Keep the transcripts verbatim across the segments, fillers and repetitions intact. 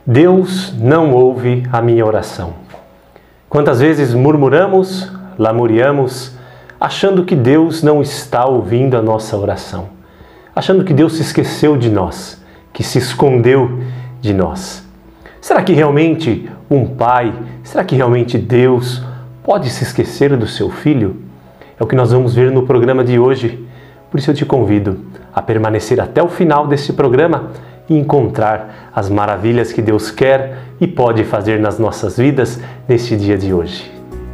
Deus não ouve a minha oração. Quantas vezes murmuramos, lamuriamos, achando que Deus não está ouvindo a nossa oração, achando que Deus se esqueceu de nós, que se escondeu de nós. Será que realmente um pai, será que realmente Deus pode se esquecer do seu filho? É o que nós vamos ver no programa de hoje. Por isso eu te convido a permanecer até o final deste programa e encontrar as maravilhas que Deus quer e pode fazer nas nossas vidas neste dia de hoje.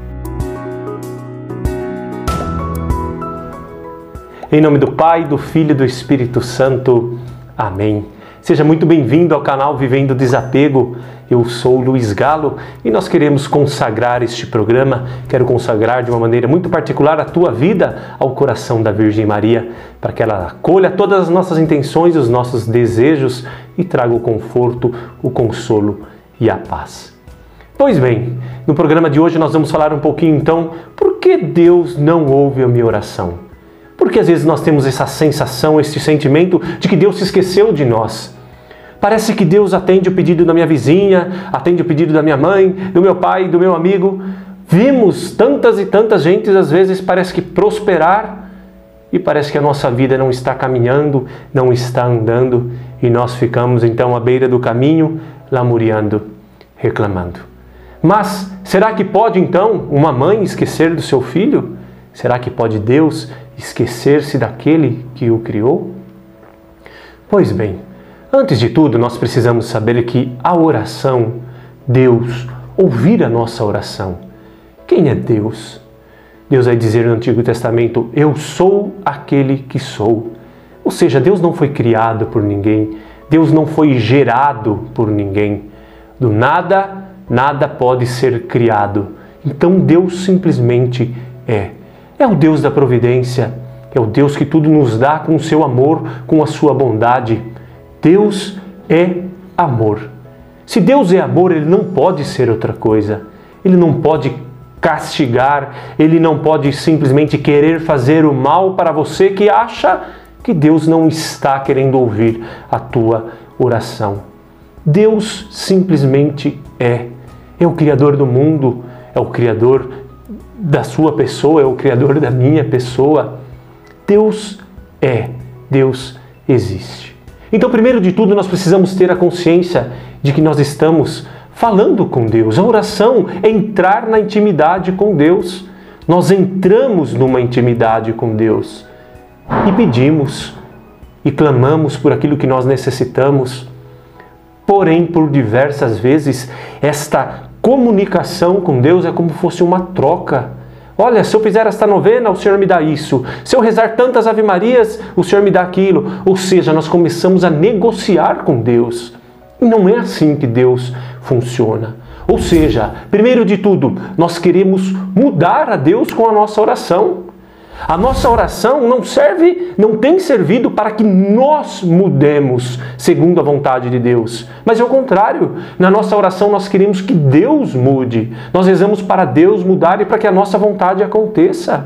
Em nome do Pai, do Filho e do Espírito Santo. Amém. Seja muito bem-vindo ao canal Vivendo Desapego. Eu sou Luiz Galo e nós queremos consagrar este programa, quero consagrar de uma maneira muito particular a tua vida ao coração da Virgem Maria, para que ela acolha todas as nossas intenções, os nossos desejos e traga o conforto, o consolo e a paz. Pois bem, no programa de hoje nós vamos falar um pouquinho então, por que Deus não ouve a minha oração? Porque às vezes nós temos essa sensação, esse sentimento de que Deus se esqueceu de nós. Parece que Deus atende o pedido da minha vizinha, atende o pedido da minha mãe, do meu pai, do meu amigo. Vimos tantas e tantas gentes, às vezes, parece que prosperar e parece que a nossa vida não está caminhando, não está andando e nós ficamos então à beira do caminho, lamuriando, reclamando. Mas será que pode então uma mãe esquecer do seu filho? Será que pode Deus esquecer-se daquele que o criou? Pois bem, antes de tudo, nós precisamos saber que a oração, Deus, ouvir a nossa oração. Quem é Deus? Deus vai dizer no Antigo Testamento, eu sou aquele que sou. Ou seja, Deus não foi criado por ninguém, Deus não foi gerado por ninguém. Do nada, nada pode ser criado. Então Deus simplesmente é. É o Deus da providência, é o Deus que tudo nos dá com o seu amor, com a sua bondade. Deus é amor. Se Deus é amor, Ele não pode ser outra coisa. Ele não pode castigar, Ele não pode simplesmente querer fazer o mal para você que acha que Deus não está querendo ouvir a tua oração. Deus simplesmente é. É o Criador do mundo, é o Criador da sua pessoa, é o Criador da minha pessoa. Deus é, Deus existe. Então, primeiro de tudo, nós precisamos ter a consciência de que nós estamos falando com Deus. A oração é entrar na intimidade com Deus. Nós entramos numa intimidade com Deus e pedimos e clamamos por aquilo que nós necessitamos. Porém, por diversas vezes, esta comunicação com Deus é como se fosse uma troca. Olha, se eu fizer esta novena, o Senhor me dá isso. Se eu rezar tantas ave-marias, o Senhor me dá aquilo. Ou seja, nós começamos a negociar com Deus. E não é assim que Deus funciona. Ou seja, primeiro de tudo, nós queremos mudar a Deus com a nossa oração. A nossa oração não serve, não tem servido para que nós mudemos segundo a vontade de Deus. Mas é o contrário. Na nossa oração nós queremos que Deus mude. Nós rezamos para Deus mudar e para que a nossa vontade aconteça.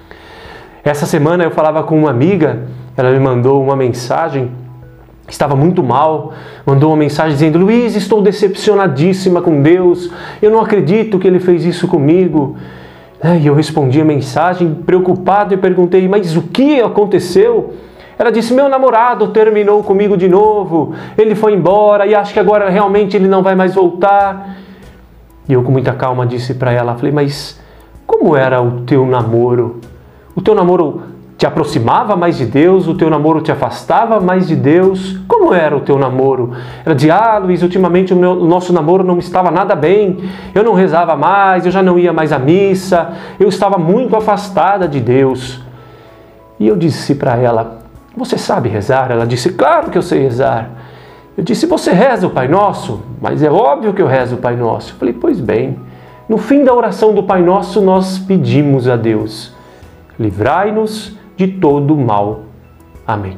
Essa semana eu falava com uma amiga, ela me mandou uma mensagem, estava muito mal, mandou uma mensagem dizendo, Luiz, estou decepcionadíssima com Deus, eu não acredito que Ele fez isso comigo. E eu respondi a mensagem preocupado e perguntei, mas o que aconteceu? Ela disse, meu namorado terminou comigo de novo, ele foi embora e acho que agora realmente ele não vai mais voltar. E eu com muita calma disse para ela, falei, mas como era o teu namoro? O teu namoro te aproximava mais de Deus? O teu namoro te afastava mais de Deus? Como era o teu namoro? Ela dizia, ah, Luiz, ultimamente o, meu, o nosso namoro não estava nada bem. Eu não rezava mais, eu já não ia mais à missa. Eu estava muito afastada de Deus. E eu disse para ela, você sabe rezar? Ela disse, claro que eu sei rezar. Eu disse, você reza o Pai Nosso? Mas é óbvio que eu rezo o Pai Nosso. Eu falei, pois bem, no fim da oração do Pai Nosso nós pedimos a Deus, livrai-nos de todo mal. Amém.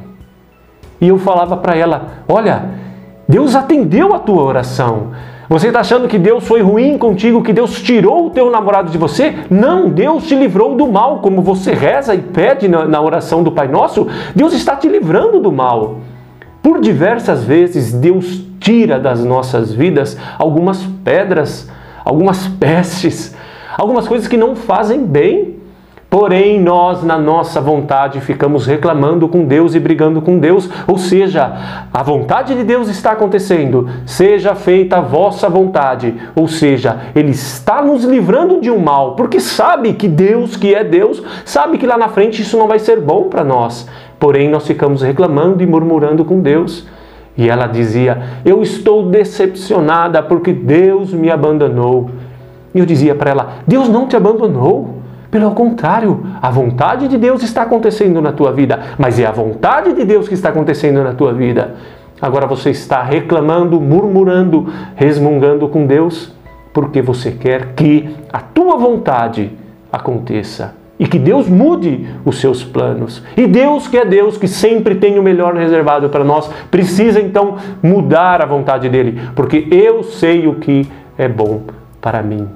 E eu falava para ela, olha, Deus atendeu a tua oração. Você está achando que Deus foi ruim contigo, que Deus tirou o teu namorado de você? Não, Deus te livrou do mal. Como você reza e pede na, na oração do Pai Nosso, Deus está te livrando do mal. Por diversas vezes, Deus tira das nossas vidas algumas pedras, algumas pestes, algumas coisas que não fazem bem. Porém, nós, na nossa vontade, ficamos reclamando com Deus e brigando com Deus. Ou seja, a vontade de Deus está acontecendo. Seja feita a vossa vontade. Ou seja, Ele está nos livrando de um mal. Porque sabe que Deus, que é Deus, sabe que lá na frente isso não vai ser bom para nós. Porém, nós ficamos reclamando e murmurando com Deus. E ela dizia, eu estou decepcionada porque Deus me abandonou. E eu dizia para ela, Deus não te abandonou. Pelo contrário, a vontade de Deus está acontecendo na tua vida, mas é a vontade de Deus que está acontecendo na tua vida. Agora você está reclamando, murmurando, resmungando com Deus, porque você quer que a tua vontade aconteça e que Deus mude os seus planos. E Deus, que é Deus, que sempre tem o melhor reservado para nós, precisa então mudar a vontade dele, porque eu sei o que é bom para mim.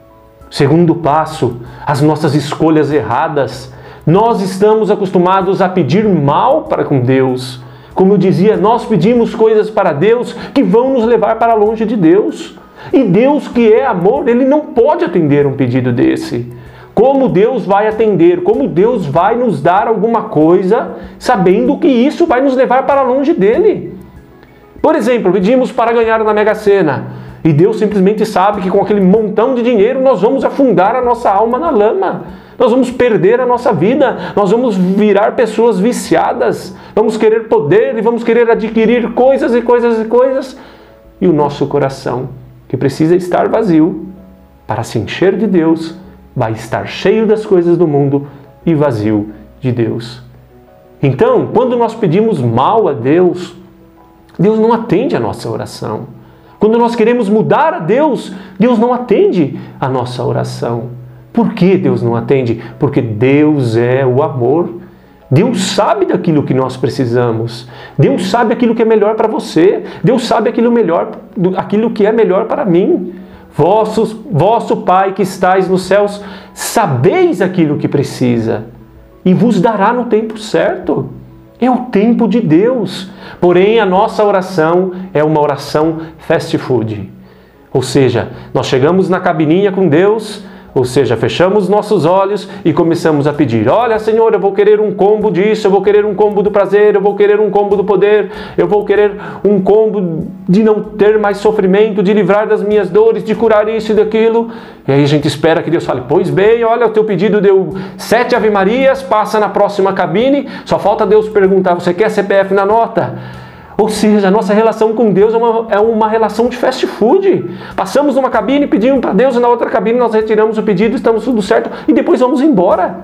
Segundo passo, as nossas escolhas erradas. Nós estamos acostumados a pedir mal para com Deus. Como eu dizia, nós pedimos coisas para Deus que vão nos levar para longe de Deus. E Deus, que é amor, Ele não pode atender um pedido desse. Como Deus vai atender? Como Deus vai nos dar alguma coisa sabendo que isso vai nos levar para longe dEle? Por exemplo, pedimos para ganhar na Mega Sena. E Deus simplesmente sabe que com aquele montão de dinheiro nós vamos afundar a nossa alma na lama. Nós vamos perder a nossa vida. Nós vamos virar pessoas viciadas. Vamos querer poder e vamos querer adquirir coisas e coisas e coisas. E o nosso coração, que precisa estar vazio para se encher de Deus, vai estar cheio das coisas do mundo e vazio de Deus. Então, quando nós pedimos mal a Deus, Deus não atende a nossa oração. Quando nós queremos mudar a Deus, Deus não atende a nossa oração. Por que Deus não atende? Porque Deus é o amor. Deus sabe daquilo que nós precisamos. Deus sabe aquilo que é melhor para você. Deus sabe aquilo, melhor, aquilo que é melhor para mim. Vossos, vosso Pai que estais nos céus, sabeis aquilo que precisa e vos dará no tempo certo. É o tempo de Deus. Porém, a nossa oração é uma oração fast food. Ou seja, nós chegamos na cabininha com Deus, ou seja, fechamos nossos olhos e começamos a pedir. Olha, Senhor, eu vou querer um combo disso, eu vou querer um combo do prazer, eu vou querer um combo do poder, eu vou querer um combo de não ter mais sofrimento, de livrar das minhas dores, de curar isso e daquilo. E aí a gente espera que Deus fale, pois bem, olha, o teu pedido deu sete Ave Marias, passa na próxima cabine, só falta Deus perguntar, você quer C P F na nota? Ou seja, a nossa relação com Deus é uma, é uma relação de fast food. Passamos numa cabine, pedimos para Deus, e na outra cabine nós retiramos o pedido, estamos tudo certo, e depois vamos embora.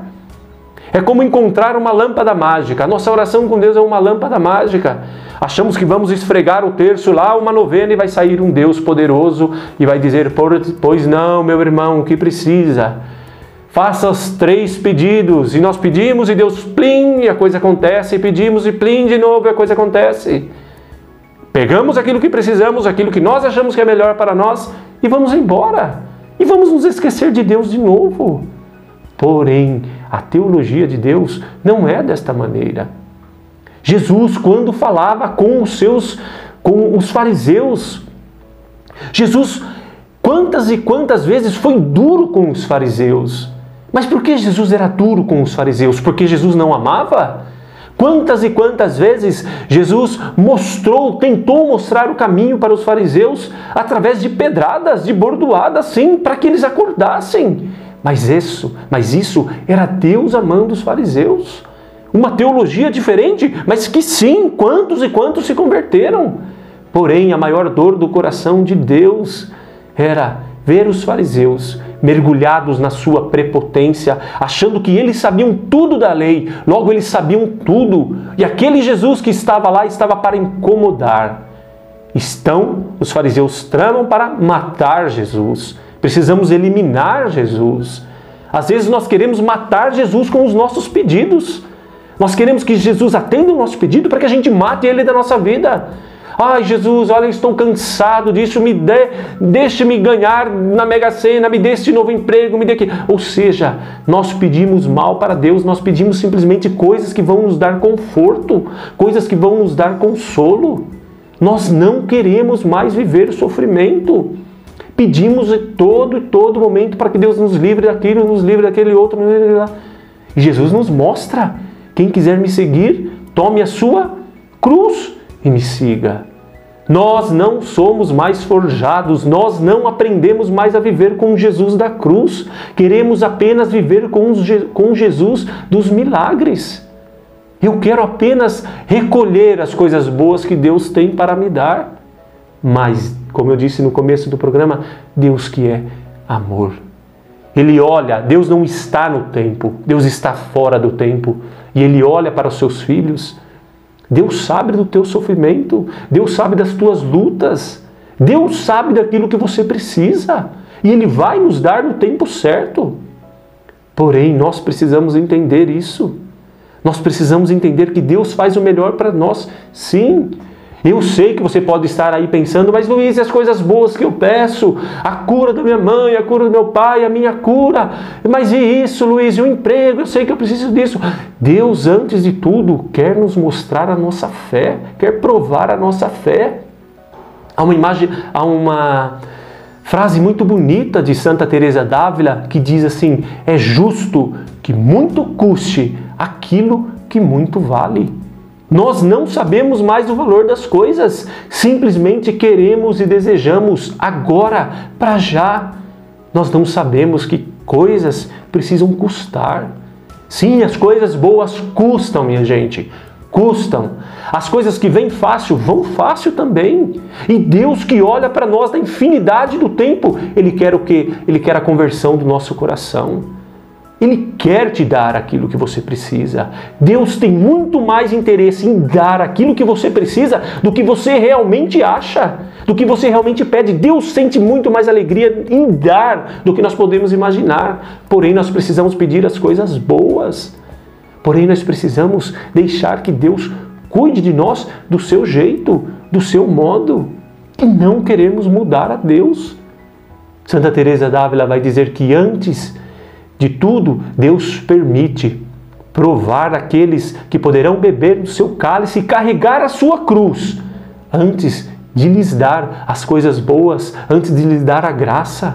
É como encontrar uma lâmpada mágica. A nossa oração com Deus é uma lâmpada mágica. Achamos que vamos esfregar o terço lá, uma novena, e vai sair um Deus poderoso e vai dizer, pois não, meu irmão, o que precisa? Faça os três pedidos. E nós pedimos e Deus, plim, e a coisa acontece. E pedimos e plim, de novo, e a coisa acontece. Pegamos aquilo que precisamos, aquilo que nós achamos que é melhor para nós, e vamos embora. E vamos nos esquecer de Deus de novo. Porém, a teologia de Deus não é desta maneira. Jesus, quando falava com os seus, com os fariseus, Jesus, quantas e quantas vezes foi duro com os fariseus. Mas por que Jesus era duro com os fariseus? Porque Jesus não amava? Quantas e quantas vezes Jesus mostrou, tentou mostrar o caminho para os fariseus através de pedradas, de bordoadas, sim, para que eles acordassem. Mas isso, mas isso era Deus amando os fariseus. Uma teologia diferente, mas que sim, quantos e quantos se converteram. Porém, a maior dor do coração de Deus era ver os fariseus mergulhados na sua prepotência, achando que eles sabiam tudo da lei, logo eles sabiam tudo. E aquele Jesus que estava lá estava para incomodar. Estão, os fariseus tramam para matar Jesus. Precisamos eliminar Jesus. Às vezes nós queremos matar Jesus com os nossos pedidos. Nós queremos que Jesus atenda o nosso pedido para que a gente mate ele da nossa vida. Ai, Jesus, olha, estou cansado disso, me dê, deixe-me ganhar na Mega Sena, me dê este novo emprego, me dê aqui. Ou seja, nós pedimos mal para Deus, nós pedimos simplesmente coisas que vão nos dar conforto, coisas que vão nos dar consolo. Nós não queremos mais viver o sofrimento. Pedimos em todo e todo momento para que Deus nos livre daquilo, nos livre daquele outro. E Jesus nos mostra: quem quiser me seguir, tome a sua cruz e me siga. Nós não somos mais forjados, nós não aprendemos mais a viver com Jesus da cruz. Queremos apenas viver com, com Jesus dos milagres. Eu quero apenas recolher as coisas boas que Deus tem para me dar. Mas, como eu disse no começo do programa, Deus que é amor. Ele olha, Deus não está no tempo, Deus está fora do tempo. E Ele olha para os seus filhos. Deus sabe do teu sofrimento, Deus sabe das tuas lutas, Deus sabe daquilo que você precisa. E Ele vai nos dar no tempo certo. Porém, nós precisamos entender isso. Nós precisamos entender que Deus faz o melhor para nós, sim. Eu sei que você pode estar aí pensando: mas Luiz, e as coisas boas que eu peço? A cura da minha mãe, a cura do meu pai, a minha cura. Mas e isso, Luiz? E o emprego? Eu sei que eu preciso disso. Deus, antes de tudo, quer nos mostrar a nossa fé, quer provar a nossa fé. Há uma imagem, há uma frase muito bonita de Santa Teresa d'Ávila que diz assim: é justo que muito custe aquilo que muito vale. Nós não sabemos mais o valor das coisas, simplesmente queremos e desejamos agora, para já. Nós não sabemos que coisas precisam custar. Sim, as coisas boas custam, minha gente, custam. As coisas que vêm fácil, vão fácil também. E Deus, que olha para nós da infinidade do tempo, Ele quer o quê? Ele quer a conversão do nosso coração. Ele quer te dar aquilo que você precisa. Deus tem muito mais interesse em dar aquilo que você precisa do que você realmente acha, do que você realmente pede. Deus sente muito mais alegria em dar do que nós podemos imaginar. Porém, nós precisamos pedir as coisas boas. Porém, nós precisamos deixar que Deus cuide de nós do seu jeito, do seu modo. E não queremos mudar a Deus. Santa Teresa d'Ávila vai dizer que antes de tudo, Deus permite provar aqueles que poderão beber do seu cálice e carregar a sua cruz, antes de lhes dar as coisas boas, antes de lhes dar a graça.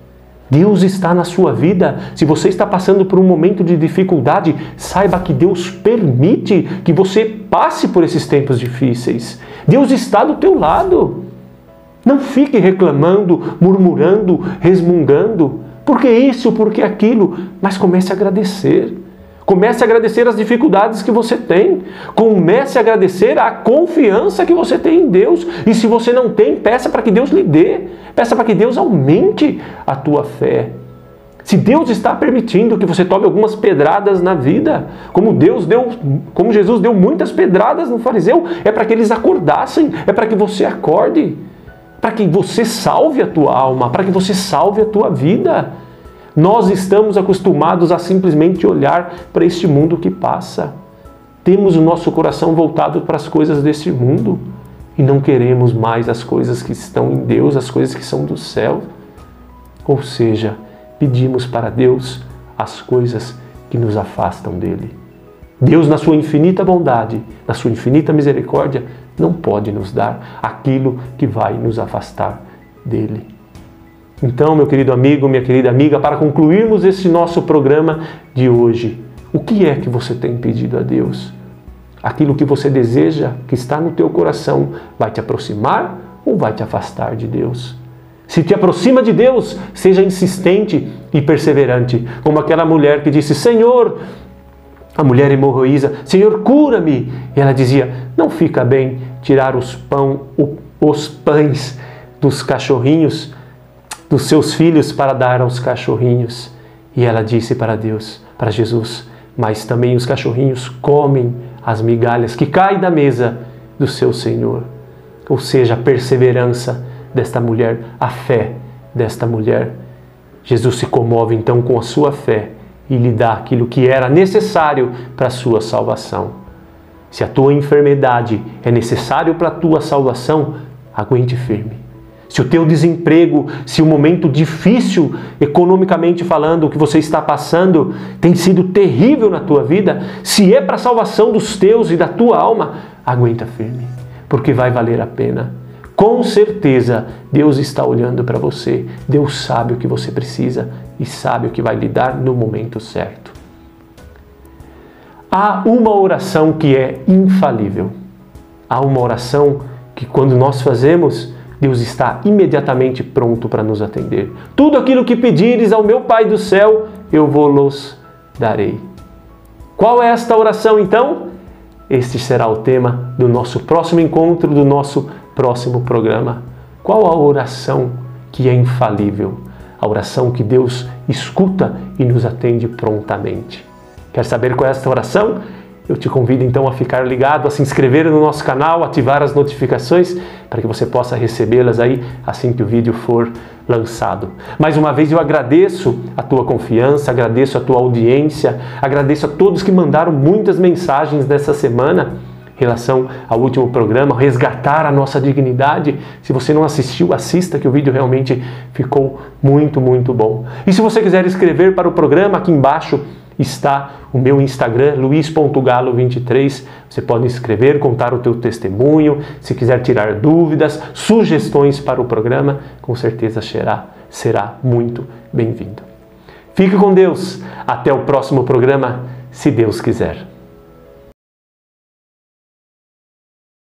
Deus está na sua vida. Se você está passando por um momento de dificuldade, saiba que Deus permite que você passe por esses tempos difíceis. Deus está do teu lado. Não fique reclamando, murmurando, resmungando. Porque isso, porque aquilo, mas comece a agradecer. Comece a agradecer as dificuldades que você tem. Comece a agradecer a confiança que você tem em Deus. E se você não tem, peça para que Deus lhe dê. Peça para que Deus aumente a tua fé. Se Deus está permitindo que você tome algumas pedradas na vida, como Deus deu, como Jesus deu muitas pedradas no fariseu, é para que eles acordassem, é para que você acorde. Para que você salve a tua alma, para que você salve a tua vida. Nós estamos acostumados a simplesmente olhar para este mundo que passa. Temos o nosso coração voltado para as coisas deste mundo e não queremos mais as coisas que estão em Deus, as coisas que são do céu. Ou seja, pedimos para Deus as coisas que nos afastam dele. Deus, na sua infinita bondade, na sua infinita misericórdia, não pode nos dar aquilo que vai nos afastar dele. Então, meu querido amigo, minha querida amiga, para concluirmos esse nosso programa de hoje, o que é que você tem pedido a Deus? Aquilo que você deseja, que está no teu coração, vai te aproximar ou vai te afastar de Deus? Se te aproxima de Deus, seja insistente e perseverante, como aquela mulher que disse: Senhor, a mulher hemorroísa, Senhor, cura-me. E ela dizia: não fica bem tirar os, pão, os pães dos cachorrinhos, dos seus filhos, para dar aos cachorrinhos. E ela disse para Deus, para Jesus: mas também os cachorrinhos comem as migalhas que caem da mesa do seu Senhor. Ou seja, a perseverança desta mulher, a fé desta mulher. Jesus se comove então com a sua fé e lhe dá aquilo que era necessário para a sua salvação. Se a tua enfermidade é necessário para a tua salvação, aguente firme. Se o teu desemprego, se o momento difícil, economicamente falando, que você está passando, tem sido terrível na tua vida, se é para a salvação dos teus e da tua alma, aguenta firme. porque vai valer a pena. Com certeza, Deus está olhando para você. Deus sabe o que você precisa e sabe o que vai lhe dar no momento certo. Há uma oração que é infalível. Há uma oração que, quando nós fazemos, Deus está imediatamente pronto para nos atender. Tudo aquilo que pedires ao meu Pai do céu, eu vos darei. Qual é esta oração, então? Este será o tema do nosso próximo encontro, do nosso próximo programa. Qual a oração que é infalível? A oração que Deus escuta e nos atende prontamente. Quer saber qual é esta oração? Eu te convido então a ficar ligado, a se inscrever no nosso canal, ativar as notificações para que você possa recebê-las aí assim que o vídeo for lançado. Mais uma vez eu agradeço a tua confiança, agradeço a tua audiência, agradeço a todos que mandaram muitas mensagens nessa semana em relação ao último programa, resgatar a nossa dignidade. Se você não assistiu, assista, que o vídeo realmente ficou muito, muito bom. E se você quiser escrever para o programa, aqui embaixo está o meu Instagram, luiz ponto galo vinte e três. Você pode escrever, contar o teu testemunho, se quiser tirar dúvidas, sugestões para o programa, com certeza será, será muito bem-vindo. Fique com Deus. Até o próximo programa, se Deus quiser.